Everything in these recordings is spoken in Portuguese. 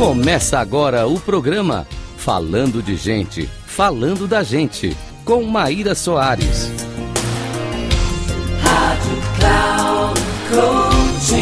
Começa agora o programa Falando de Gente, Falando da Gente, com Maíra Soares. Rádio Cloud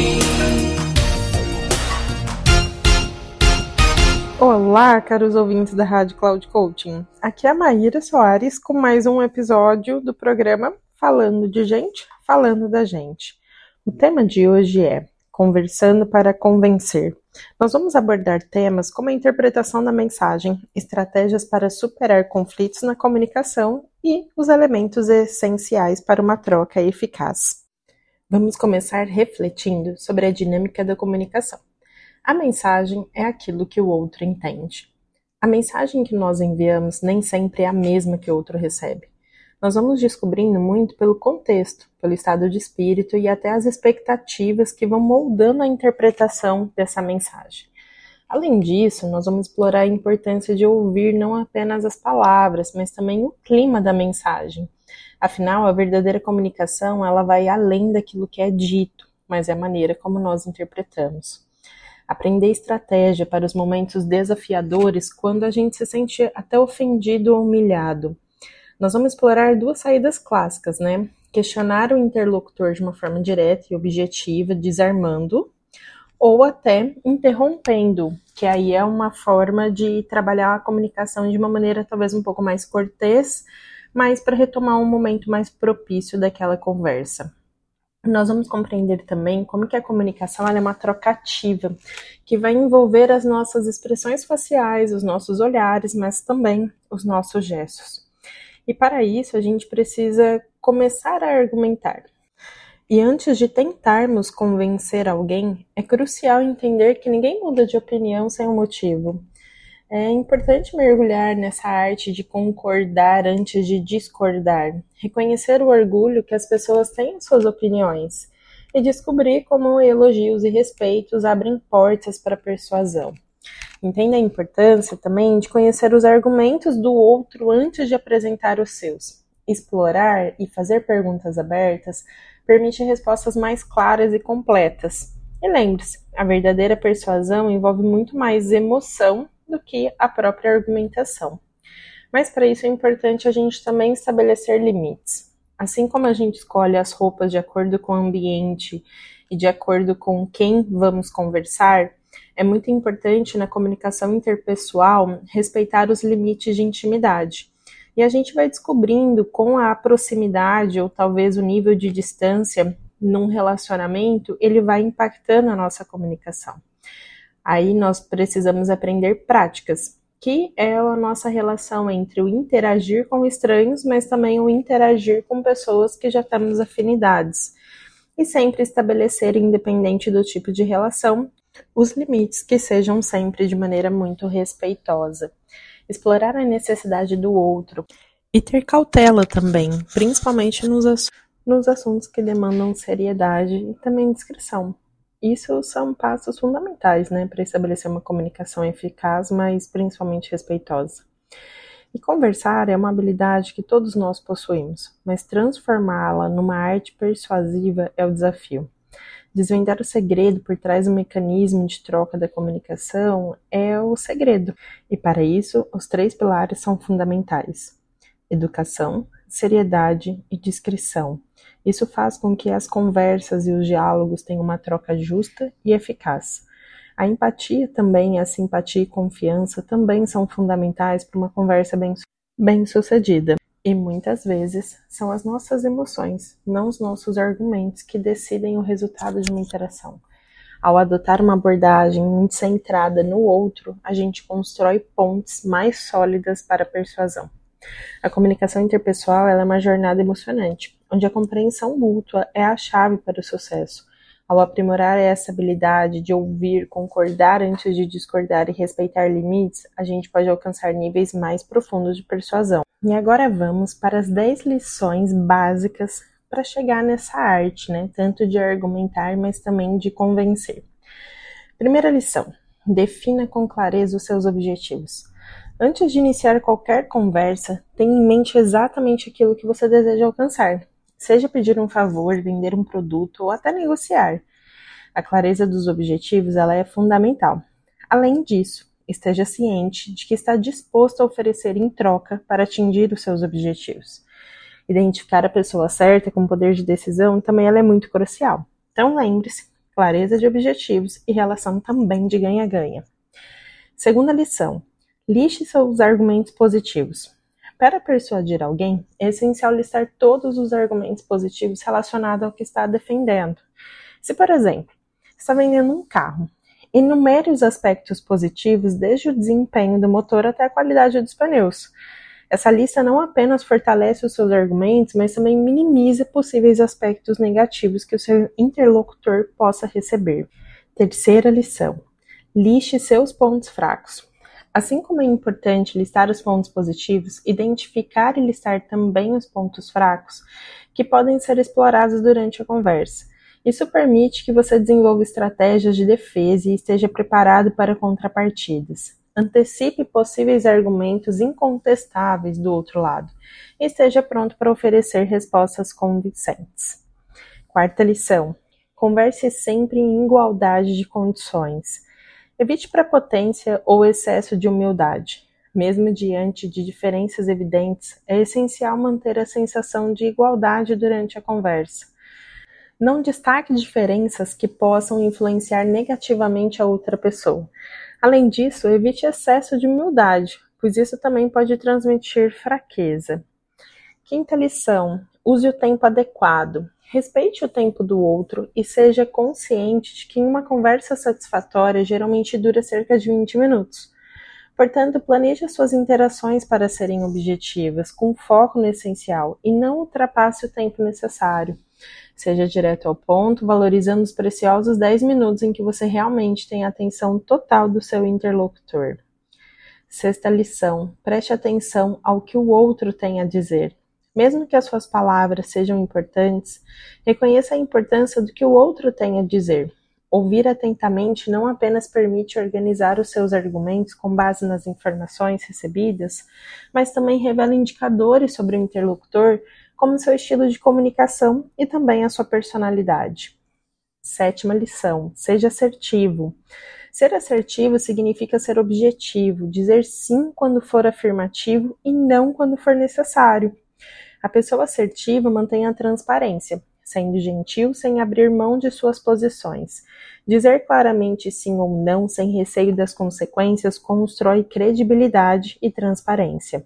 Coaching. Olá, caros ouvintes da Rádio Cloud Coaching. Aqui é a Maíra Soares com mais um episódio do programa Falando de Gente, Falando da Gente. O tema de hoje é Conversando para Convencer. Nós vamos abordar temas como a interpretação da mensagem, estratégias para superar conflitos na comunicação e os elementos essenciais para uma troca eficaz. Vamos começar refletindo sobre a dinâmica da comunicação. A mensagem é aquilo que o outro entende. A mensagem que nós enviamos nem sempre é a mesma que o outro recebe. Nós vamos descobrindo muito pelo contexto, pelo estado de espírito e até as expectativas que vão moldando a interpretação dessa mensagem. Além disso, nós vamos explorar a importância de ouvir não apenas as palavras, mas também o clima da mensagem. Afinal, a verdadeira comunicação, ela vai além daquilo que é dito, mas é a maneira como nós interpretamos. Aprender estratégia para os momentos desafiadores quando a gente se sente até ofendido ou humilhado. Nós vamos explorar duas saídas clássicas, né? Questionar o interlocutor de uma forma direta e objetiva, desarmando, ou até interrompendo, que aí é uma forma de trabalhar a comunicação de uma maneira talvez um pouco mais cortês, mas para retomar um momento mais propício daquela conversa. Nós vamos compreender também como que a comunicação ela é uma troca ativa, que vai envolver as nossas expressões faciais, os nossos olhares, mas também os nossos gestos. E para isso a gente precisa começar a argumentar. E antes de tentarmos convencer alguém, é crucial entender que ninguém muda de opinião sem um motivo. É importante mergulhar nessa arte de concordar antes de discordar, reconhecer o orgulho que as pessoas têm em suas opiniões e descobrir como elogios e respeitos abrem portas para a persuasão. Entenda a importância também de conhecer os argumentos do outro antes de apresentar os seus. Explorar e fazer perguntas abertas permite respostas mais claras e completas. E lembre-se, a verdadeira persuasão envolve muito mais emoção do que a própria argumentação. Mas para isso é importante a gente também estabelecer limites. Assim como a gente escolhe as roupas de acordo com o ambiente e de acordo com quem vamos conversar, é muito importante na comunicação interpessoal respeitar os limites de intimidade. E a gente vai descobrindo com a proximidade ou talvez o nível de distância num relacionamento, ele vai impactando a nossa comunicação. Aí nós precisamos aprender práticas, que é a nossa relação entre o interagir com estranhos, mas também o interagir com pessoas que já temos afinidades. E sempre estabelecer, independente do tipo de relação, os limites que sejam sempre de maneira muito respeitosa. Explorar a necessidade do outro e ter cautela também, principalmente nos assuntos que demandam seriedade e também discrição. Isso são passos fundamentais, né, para estabelecer uma comunicação eficaz, mas principalmente respeitosa. E conversar é uma habilidade que todos nós possuímos, mas transformá-la numa arte persuasiva é o desafio. Desvendar o segredo por trás do mecanismo de troca da comunicação é o segredo. E para isso, os 3 pilares são fundamentais: educação, seriedade e discrição. Isso faz com que as conversas e os diálogos tenham uma troca justa e eficaz. A empatia também, a simpatia e confiança também são fundamentais para uma conversa bem-sucedida. E muitas vezes são as nossas emoções, não os nossos argumentos, que decidem o resultado de uma interação. Ao adotar uma abordagem muito centrada no outro, a gente constrói pontes mais sólidas para a persuasão. A comunicação interpessoal ela é uma jornada emocionante, onde a compreensão mútua é a chave para o sucesso. Ao aprimorar essa habilidade de ouvir, concordar antes de discordar e respeitar limites, a gente pode alcançar níveis mais profundos de persuasão. E agora vamos para as 10 lições básicas para chegar nessa arte, né? Tanto de argumentar, mas também de convencer. Primeira lição: defina com clareza os seus objetivos. Antes de iniciar qualquer conversa, tenha em mente exatamente aquilo que você deseja alcançar. Seja pedir um favor, vender um produto ou até negociar. A clareza dos objetivos ela é fundamental. Além disso, esteja ciente de que está disposto a oferecer em troca para atingir os seus objetivos. Identificar a pessoa certa com poder de decisão também ela é muito crucial. Então lembre-se, clareza de objetivos e relação também de ganha-ganha. Segunda lição, liste seus argumentos positivos. Para persuadir alguém, é essencial listar todos os argumentos positivos relacionados ao que está defendendo. Se, por exemplo, está vendendo um carro, enumere os aspectos positivos desde o desempenho do motor até a qualidade dos pneus. Essa lista não apenas fortalece os seus argumentos, mas também minimiza possíveis aspectos negativos que o seu interlocutor possa receber. Terceira lição, liste seus pontos fracos. Assim como é importante listar os pontos positivos, identificar e listar também os pontos fracos que podem ser explorados durante a conversa. Isso permite que você desenvolva estratégias de defesa e esteja preparado para contrapartidas. Antecipe possíveis argumentos incontestáveis do outro lado e esteja pronto para oferecer respostas convincentes. Quarta lição, converse sempre em igualdade de condições. Evite prepotência ou excesso de humildade. Mesmo diante de diferenças evidentes, é essencial manter a sensação de igualdade durante a conversa. Não destaque diferenças que possam influenciar negativamente a outra pessoa. Além disso, evite excesso de humildade, pois isso também pode transmitir fraqueza. Quinta lição, use o tempo adequado. Respeite o tempo do outro e seja consciente de que uma conversa satisfatória geralmente dura cerca de 20 minutos. Portanto, planeje as suas interações para serem objetivas, com foco no essencial, e não ultrapasse o tempo necessário. Seja direto ao ponto, valorizando os preciosos 10 minutos em que você realmente tem a atenção total do seu interlocutor. Sexta lição, preste atenção ao que o outro tem a dizer. Mesmo que as suas palavras sejam importantes, reconheça a importância do que o outro tem a dizer. Ouvir atentamente não apenas permite organizar os seus argumentos com base nas informações recebidas, mas também revela indicadores sobre o interlocutor, como seu estilo de comunicação e também a sua personalidade. Sétima lição, seja assertivo. Ser assertivo significa ser objetivo, dizer sim quando for afirmativo e não quando for necessário. A pessoa assertiva mantém a transparência, sendo gentil sem abrir mão de suas posições. Dizer claramente sim ou não, sem receio das consequências, constrói credibilidade e transparência.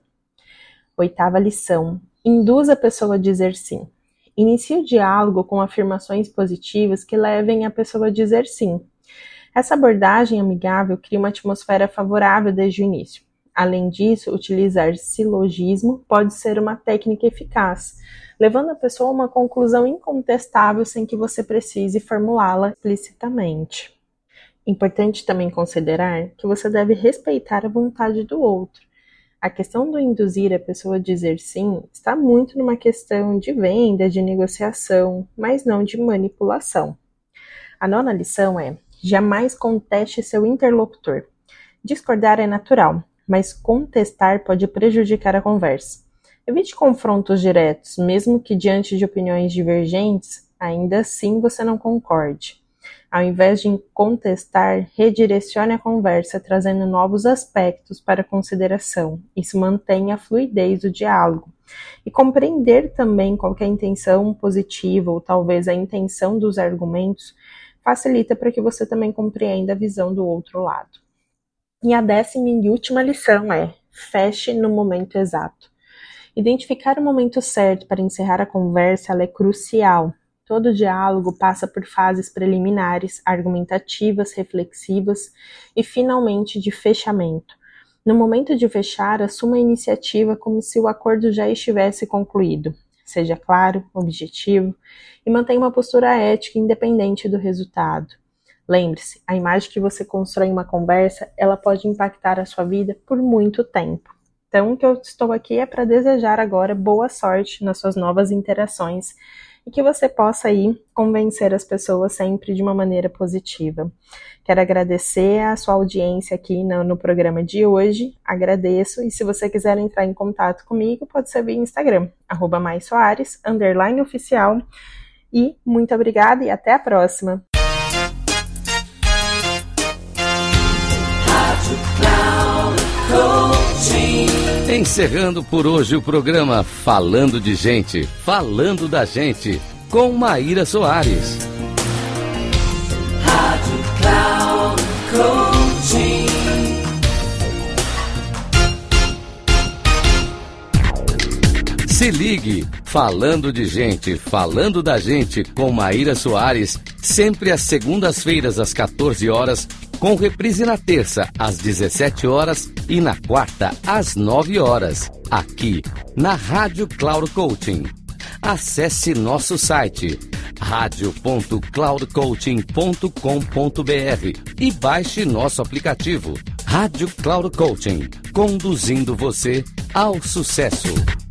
Oitava lição, induza a pessoa a dizer sim. Inicie o diálogo com afirmações positivas que levem a pessoa a dizer sim. Essa abordagem amigável cria uma atmosfera favorável desde o início. Além disso, utilizar silogismo pode ser uma técnica eficaz, levando a pessoa a uma conclusão incontestável sem que você precise formulá-la explicitamente. Importante também considerar que você deve respeitar a vontade do outro. A questão do induzir a pessoa a dizer sim está muito numa questão de venda, de negociação, mas não de manipulação. A nona lição é: jamais conteste seu interlocutor. Discordar é natural, mas contestar pode prejudicar a conversa. Evite confrontos diretos, mesmo que diante de opiniões divergentes, ainda assim você não concorde. Ao invés de contestar, redirecione a conversa, trazendo novos aspectos para consideração. Isso mantém a fluidez do diálogo. E compreender também qual é a intenção positiva ou talvez a intenção dos argumentos facilita para que você também compreenda a visão do outro lado. E a 10ª e última lição é: feche no momento exato. Identificar o momento certo para encerrar a conversa é crucial. Todo diálogo passa por fases preliminares, argumentativas, reflexivas e, finalmente, de fechamento. No momento de fechar, assuma a iniciativa como se o acordo já estivesse concluído. Seja claro, objetivo e mantenha uma postura ética independente do resultado. Lembre-se, a imagem que você constrói em uma conversa, ela pode impactar a sua vida por muito tempo. Então, o que eu estou aqui é para desejar agora boa sorte nas suas novas interações e que você possa aí convencer as pessoas sempre de uma maneira positiva. Quero agradecer a sua audiência aqui no programa de hoje, agradeço, e se você quiser entrar em contato comigo, pode ser via Instagram, @maisoares_oficial, e muito obrigada e até a próxima! Encerrando por hoje o programa Falando de Gente, Falando da Gente, com Maíra Soares. Rádio Cloud Coaching. Se ligue, Falando de Gente, Falando da Gente, com Maíra Soares, sempre às segundas-feiras às 14 horas, com reprise na terça às 17 horas e na quarta às 9 horas, aqui na Rádio Cloud Coaching. Acesse nosso site radio.cloudcoaching.com.br e baixe nosso aplicativo Rádio Cloud Coaching, conduzindo você ao sucesso.